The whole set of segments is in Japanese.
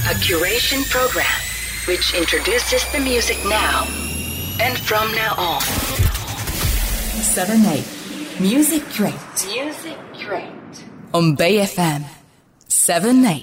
A curation program which introduces the music now and from now on. 7-8 Music Crate. Music Crate. On Bay FM 7-8.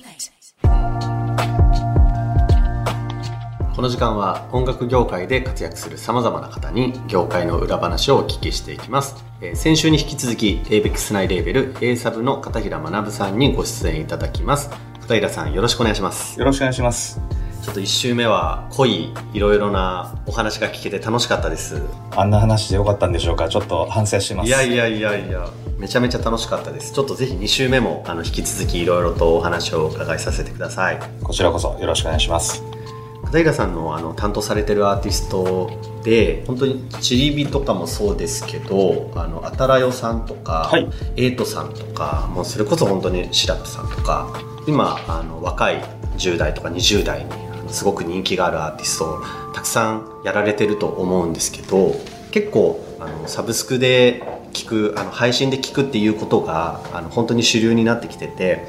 この時間は音楽業界で活躍する様々な方に業界の裏話をお聞きしていきます。先週に引き続き ABEX 内レーベル A サブの片平学さんにご出演いただきます。片平さん、よろしくお願いします。 よろしくお願いします。 ちょっと1週目は濃いいろいろなお話が聞けて楽しかったです。 あんな話でよかったんでしょうか。ちょっと反省してます。 いやめちゃめちゃ楽しかったです。ちょっとぜひ2週目も引き続きいろいろとお話をお伺いさせてください。 こちらこそよろしくお願いします。 片平さんの担当されてるアーティストで本当にちりびとかもそうですけどあたらよさんとか、はい、エイトさんとかもうそれこそ本当にシラップさんとか今若い10代とか20代にすごく人気があるアーティストをたくさんやられてると思うんですけど、結構サブスクで聞く配信で聞くっていうことが本当に主流になってきてて、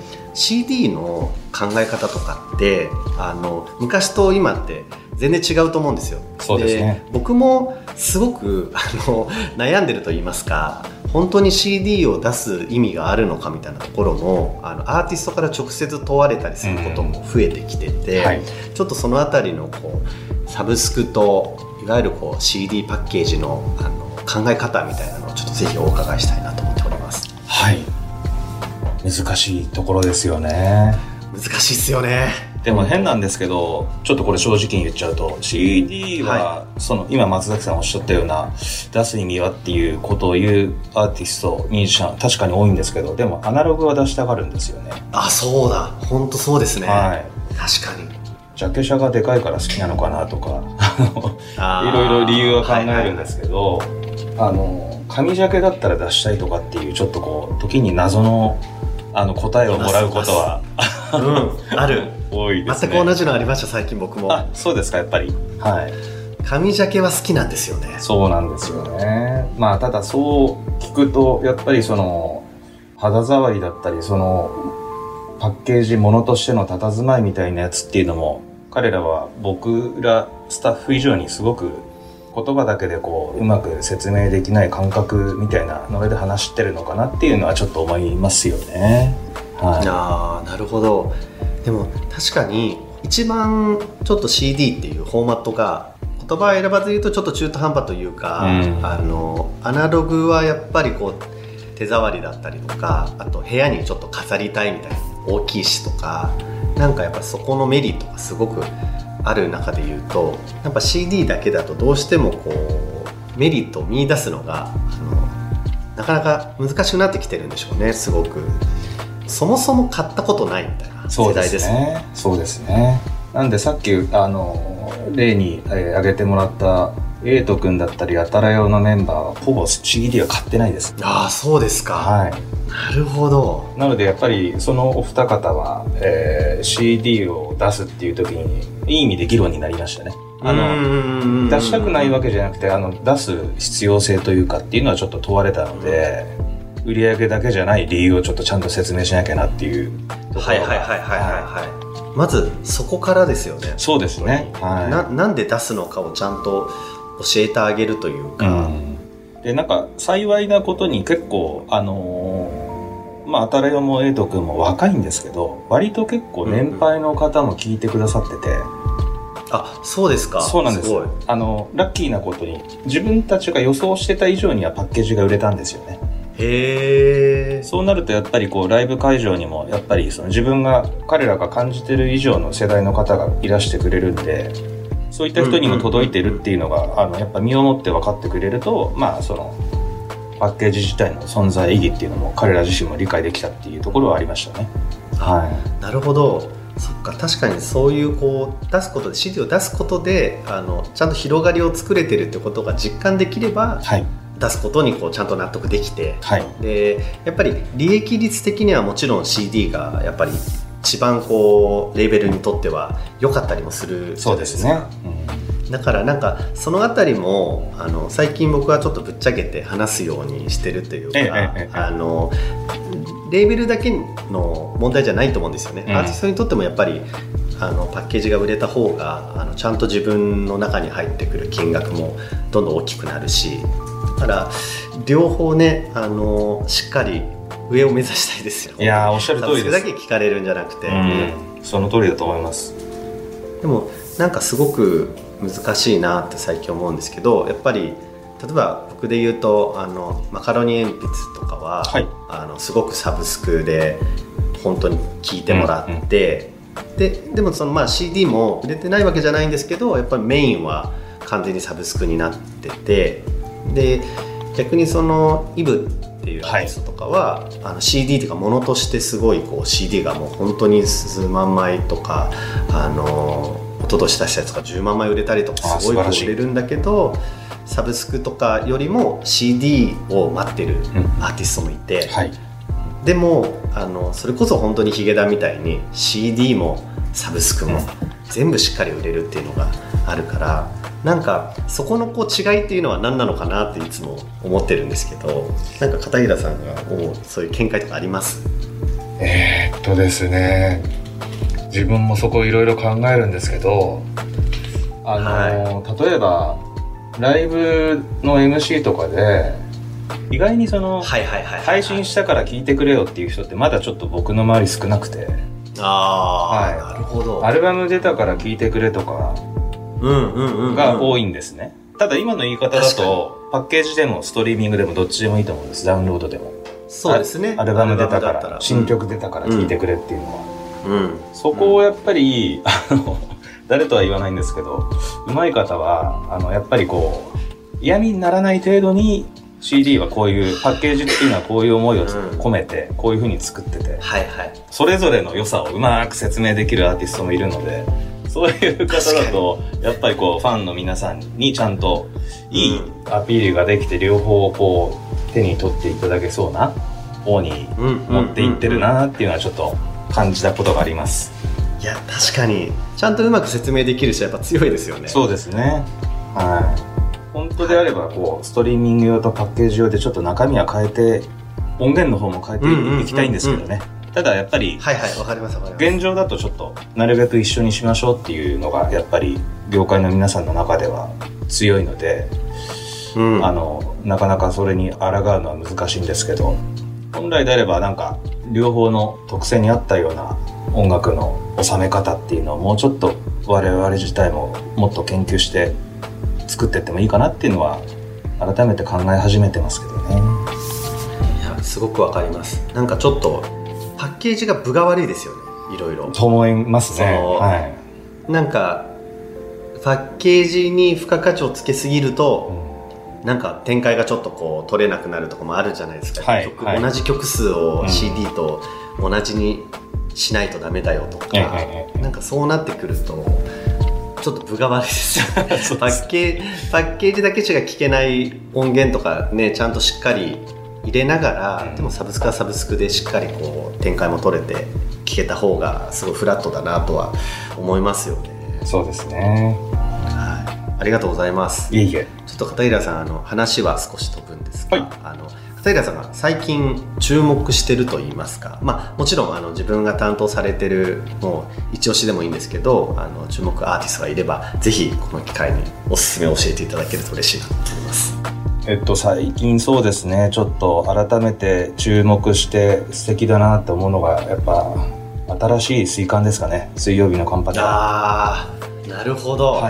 CD の考え方とかって昔と今って全然違うと思うんですよ。 そうですね。 で僕もすごく悩んでると言いますか、本当に CD を出す意味があるのかみたいなところもアーティストから直接問われたりすることも増えてきてて、はい、ちょっとそのあたりのサブスクといわゆるCD パッケージの考え方みたいなのをちょっとぜひお伺いしたいなと思っております。 はい、難しいところですよね。 難しいっすよね。 でも変なんですけど、ちょっとこれ正直に言っちゃうと CD は今松崎さんおっしゃったような出す意味はっていうことを言うアーティストミュージシャン確かに多いんですけど、でもアナログは出したがるんですよね。 あ、そうだ、本当そうですね、はい、確かにジャケ写がでかいから好きなのかなとかいろいろ理由は考えるんですけど、紙ジャケだったら出したいとかっていうちょっと時に謎の答えをもらうことはある多いですね。 全く同じのありました、最近僕も。 あ、そうですか。やっぱり、はい、 紙ジャケは好きなんですよね。 そうなんですよね。まあただそう聞くとやっぱり肌触りだったりパッケージものとしての佇まいみたいなやつっていうのも彼らは僕らスタッフ以上にすごく言葉だけでうまく説明できない感覚みたいなので話してるのかなっていうのはちょっと思いますよね。はい、 ああ、なるほど。でも確かに一番ちょっと CD っていうフォーマットが言葉を選ばず言うとちょっと中途半端というか、アナログはやっぱり手触りだったりとか、あと部屋にちょっと飾りたいみたいな大きいしとか、なんかやっぱそこのメリットがすごくある中で言うと、やっぱ CD だけだとどうしてもメリットを見出すのがなかなか難しくなってきてるんでしょうね。すごくそもそも買ったことないみたいな世代ですね。 そうですね。なんでさっき例に挙げてもらったエイト君だったりあたらよのメンバーはほぼ CD は買ってないです。 ああ、そうですか。はい、なるほど。 なのでやっぱりそのお二方は、CD を出すっていう時にいい意味で議論になりましたね。出したくないわけじゃなくて出す必要性というかっていうのはちょっと問われたので、売り上げだけじゃない理由をちょっとちゃんと説明しなきゃなっていうところが、 まずそこからですよね。 そうですね、 はい、なんで出すのかをちゃんと教えてあげるというか、 でなんか幸いなことに結構あたらよもエイト君も若いんですけど、割と結構年配の方も聞いてくださってて、 あ、そうですか。 そうなんです。 すごいラッキーなことに自分たちが予想してた以上にはパッケージが売れたんですよね。 へー。 そうなるとやっぱりライブ会場にもやっぱり自分が彼らが感じてる以上の世代の方がいらしてくれるんで、そういった人にも届いてるっていうのがやっぱ身をもって分かってくれると、パッケージ自体の存在意義っていうのも彼ら自身も理解できたっていうところはありましたね。はい。 なるほど。そっか、確かにそういう出すことで CD を出すことでちゃんと広がりを作れてるってことが実感できれば、はい、出すことにちゃんと納得できて、はい、でやっぱり利益率的にはもちろん CD がやっぱり一番レーベルにとっては良かったりもするじゃないですか。そうですね。だからなんかそのあたりも最近僕はちょっとぶっちゃけて話すようにしてるというか、レーベルだけの問題じゃないと思うんですよね。アーティストにとってもやっぱりパッケージが売れた方がちゃんと自分の中に入ってくる金額もどんどん大きくなるし、だから両方ねしっかり上を目指したいですよ。 いやー、おっしゃる通りです。 サブスクだけ聞かれるんじゃなくて、 その通りだと思います。 でもなんかすごく難しいなって最近思うんですけど、やっぱり例えば僕で言うとマカロニ鉛筆とかは、はい、すごくサブスクで本当に聴いてもらって、でもCD も売れてないわけじゃないんですけど、やっぱりメインは完全にサブスクになってて、で逆にそのイブっていうアーティストとかは、CD っていうかものとしてすごいこう CD がもう本当に数万枚とか一昨年出したやつが10万枚売れたりとかすごい売れるんだけど、サブスクとかよりも CD を待ってるアーティストもいて、はい、でもそれこそ本当にヒゲダンみたいに CD もサブスクも全部しっかり売れるっていうのがあるから、なんかそこのこう違いっていうのは何なのかなっていつも思ってるんですけど、なんか片平さんがそういう見解とかあります？ ですね、自分もそこいろいろ考えるんですけど、例えばライブの MC とかで意外にその配信したから聞いてくれよっていう人ってまだちょっと僕の周り少なくて、 なるほど。 アルバム出たから聞いてくれとかが多いんですね。ただ今の言い方だとパッケージでもストリーミングでもどっちでもいいと思うんです。ダウンロードでも。そうですね。アルバム出たから新曲出たから聞いてくれっていうのは、そこをやっぱり誰とは言わないんですけど、上手い方はやっぱりこう嫌味にならない程度に CD はこういうパッケージっていうのはこういう思いを込めてこういう風に作ってて、それぞれの良さをうまく説明できるアーティストもいるので、そういう方だとやっぱりこうファンの皆さんにちゃんといいアピールができて、両方をこう手に取っていただけそうな方に持っていってるなっていうのはちょっと感じたことがあります。 いや確かにちゃんとうまく説明できる人はやっぱ強いですよね。 そうですね。はい。本当であればこうストリーミング用とパッケージ用でちょっと中身は変えて音源の方も変えていきたいんですけどね。ただやっぱりわかります。 現状だとちょっとなるべく一緒にしましょうっていうのがやっぱり業界の皆さんの中では強いので、なかなかそれに抗うのは難しいんですけど、本来であればなんか両方の特性に合ったような音楽の収め方っていうのをもうちょっと我々自体ももっと研究して作っていってもいいかなっていうのは改めて考え始めてますけどね。 いやすごくわかります。なんかちょっとパッケージが分が悪いですよね、いろいろと思いますね。はい、 なんかパッケージに付加価値をつけすぎると、なんか展開がちょっとこう取れなくなるとかもあるじゃないですか、同じ曲数を CD と同じにしないとダメだよとか、なんかそうなってくるとちょっと分が悪いですよパッケージだけしか聴けない音源とかね、ちゃんとしっかり入れながら、でもサブスクはサブスクでしっかりこう展開も取れて聴けた方がすごいフラットだなとは思いますよね。 そうですね。 ありがとうございます。 いえいえ。 ちょっと片平さん話は少し飛ぶんですが、片平さんが最近注目してると言いますか、もちろん自分が担当されてるもう一押しでもいいんですけど、注目アーティストがいればぜひこの機会におすすめを教えていただけると嬉しいなと思います。 最近そうですね、ちょっと改めて注目して素敵だなって思うのがやっぱ新しい水管ですかね。水曜日のカンパネラ。 なるほど。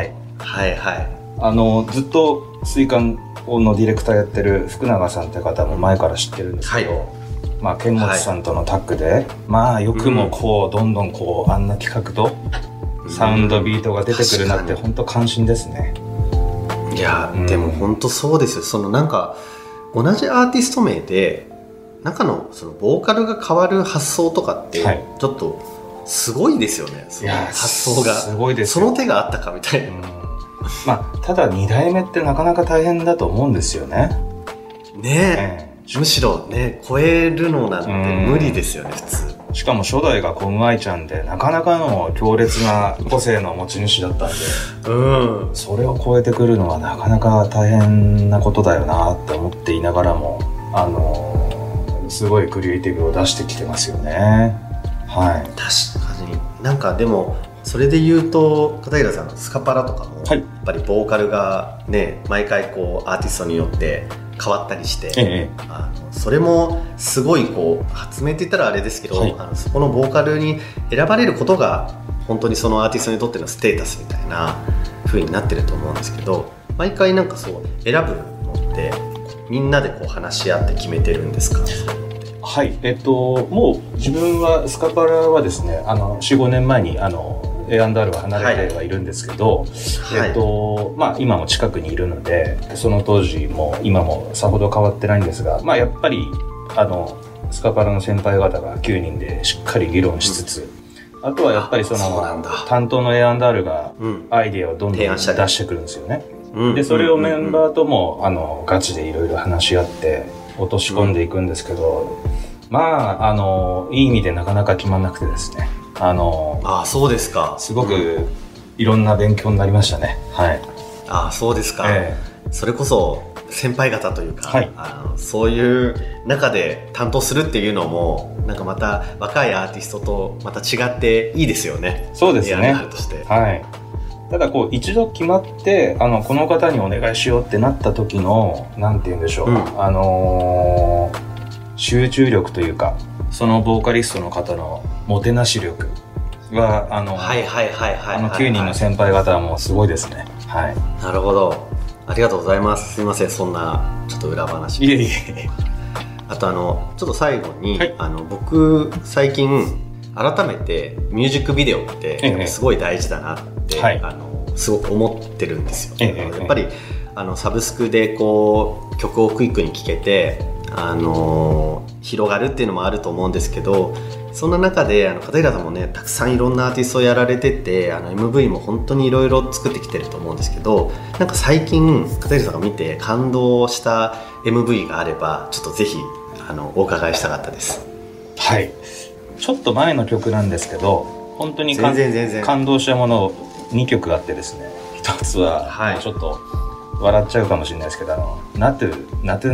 ずっと水管のディレクターやってる福永さんって方も前から知ってるんですけど、剣持さんとのタッグで、よくもこうどんどんこうあんな企画とサウンドビートが出てくるなって本当感心ですね。 いや、でも本当そうですよ。そのなんか同じアーティスト名で中のそのボーカルが変わる発想とかってちょっとすごいですよね。その発想がすごいです。 その手があったかみたいな。 ただ2代目ってなかなか大変だと思うんですよね。 むしろね、超えるのなんて無理ですよね、普通。 しかも初代がコムアイちゃんでなかなかの強烈な個性の持ち主だったんで、それを超えてくるのはなかなか大変なことだよなって思っていながらも、すごいクリエイティブを出してきてますよね。 確かに。なんかでもそれで言うと片平さんのスカパラとかも、 はい、 やっぱりボーカルがね毎回こうアーティストによって変わったりして、それもすごいこう発明って言ったらあれですけど、はい、そこのボーカルに選ばれることが本当にそのアーティストにとってのステータスみたいな風になってると思うんですけど、毎回なんかそう選ぶのってみんなでこう話し合って決めてるんですか？ はい、もう自分はスカパラはですね 4,5 年前にA&R は離れてはいるんですけど、はい、今も近くにいるのでその当時も今もさほど変わってないんですが、やっぱりスカパラの先輩方が9人でしっかり議論しつつ、あとはやっぱりその担当の A&R がアイデアをどんどん出してくるんですよね。でそれをメンバーともガチでいろいろ話し合って落とし込んでいくんですけど、いい意味でなかなか決まんなくてですね、 そうですか。 すごくいろんな勉強になりましたね。はい。 そうですか。それこそ先輩方というか、はい、そういう中で担当するっていうのもなんかまた若いアーティストとまた違っていいですよね。 そうですね。 として。 はい。ただこう一度決まってこの方にお願いしようってなった時のなんて言うんでしょう、集中力というかそのボーカリストの方のもてなし力は9人の先輩方はもうすごいですね。はい。 なるほど。ありがとうございます。すいません、そんなちょっと裏話。 いえいえ。 あとちょっと最後に、 はい、 僕最近改めてミュージックビデオってすごい大事だなって、すごく思ってるんですよ。やっぱりサブスクでこう曲をクイックに聴けて広がるっていうのもあると思うんですけど、そんな中で片平さんもねたくさんいろんなアーティストをやられててMV も本当にいろいろ作ってきてると思うんですけど、なんか最近片平さんが見て感動した MV があればちょっとぜひお伺いしたかったです。 はい。ちょっと前の曲なんですけど本当に全然感動したものを2曲あってですね、一つはちょっと笑っちゃうかもしれないですけどナトゥ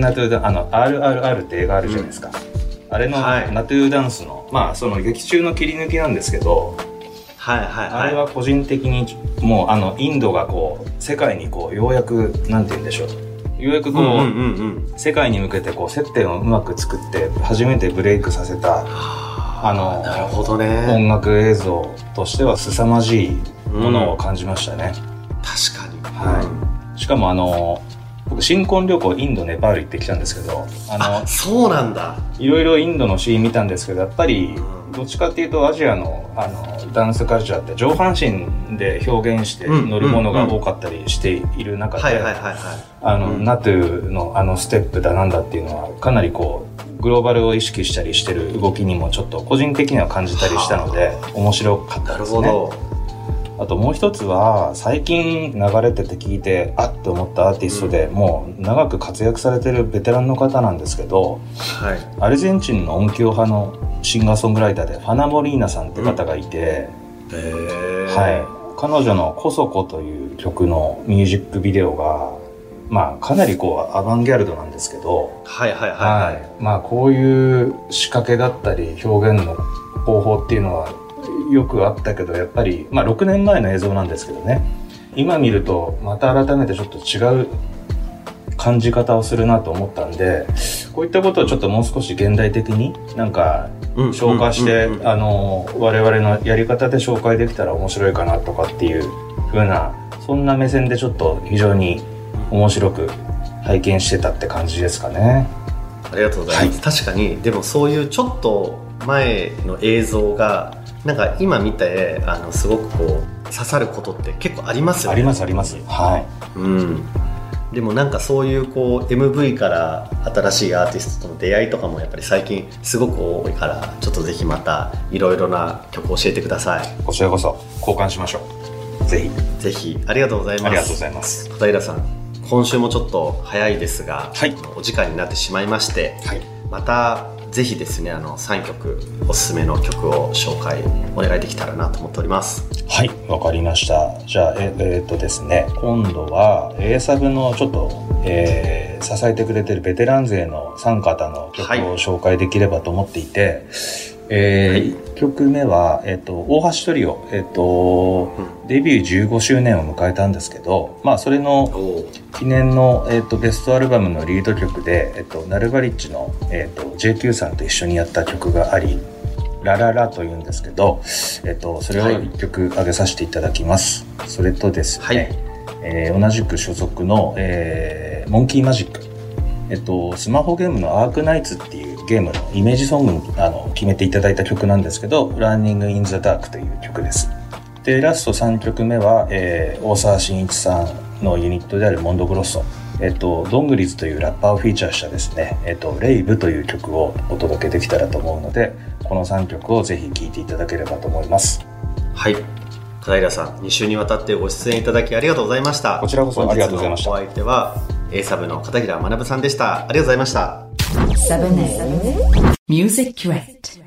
RRR って映画あるじゃないですか、あれのナトゥダンスのその劇中の切り抜きなんですけど、あれは個人的にもうインドがこう世界にこうようやくなんて言うんでしょう、ようやくこう、世界に向けてこう接点をうまく作って初めてブレイクさせたなるほどね、 音楽映像としては凄まじいものを感じましたね。 確かに。 はい。しかも僕新婚旅行インドネパール行ってきたんですけどそうなんだ。 いろいろインドのシーン見たんですけど、やっぱりどっちかっていうとアジアのダンスカルチャーって上半身で表現して乗るものが多かったりしている中でナトゥのステップだなんだっていうのはかなりこうグローバルを意識したりしてる動きにもちょっと個人的には感じたりしたので面白かったですね。 なるほど。 あともう一つは最近流れてて聞いてって思ったアーティストで、もう長く活躍されてるベテランの方なんですけど、アルゼンチンの音響派のシンガーソングライターでファナ・モリーナさんって方がいて、彼女のコソコという曲のミュージックビデオがかなりこうアバンギャルドなんですけど、こういう仕掛けだったり表現の方法っていうのはよくあったけど、やっぱり6年前の映像なんですけどね、今見るとまた改めてちょっと違う感じ方をするなと思ったんで、こういったことをちょっともう少し現代的になんか紹介して我々のやり方で紹介できたら面白いかなとかっていう風な、そんな目線でちょっと非常に面白く拝見してたって感じですかね。 ありがとうございます。確かにでもそういうちょっと前の映像がなんか今見てすごくこう刺さることって結構ありますよね。 あります。はい。 でもなんかそういうこう MV から新しいアーティストとの出会いとかもやっぱり最近すごく多いから、ちょっとぜひまたいろいろな曲を教えてください。 こちらこそ交換しましょう。ぜひありがとうございます。 ありがとうございます。片平さん、今週もちょっと早いですが、お時間になってしまいまして、またぜひですね3曲おすすめの曲を紹介お願いできたらなと思っております。 はい、わかりました。じゃあですね、今度は A サブのちょっと、支えてくれてるベテラン勢の3方の曲を紹介できればと思っていて、 1曲目は、大橋トリオ、デビュー15周年を迎えたんですけど、まあ、それの記念の、ベストアルバムのリード曲で、ナルバリッチの、JQ さんと一緒にやった曲があり、ラララというんですけど、それを1曲上げさせていただきます。それとですね、同じく所属の、モンキーマジック。スマホゲームのアークナイツっていうゲームのイメージソングに決めていただいた曲なんですけど、Running in the Dark という曲です。で、ラスト3曲目は、大沢慎一さんのユニットであるモンドグロッソ。ドングリズというラッパーをフィーチャーしたですね、レイブという曲をお届けできたらと思うので、この3曲をぜひ聴いていただければと思います。 はい。片平さん、2週にわたってご出演いただきありがとうございました。 こちらこそありがとうございました。 お相手は A サブの片平学さんでした。ありがとうございました。 7 Music Crate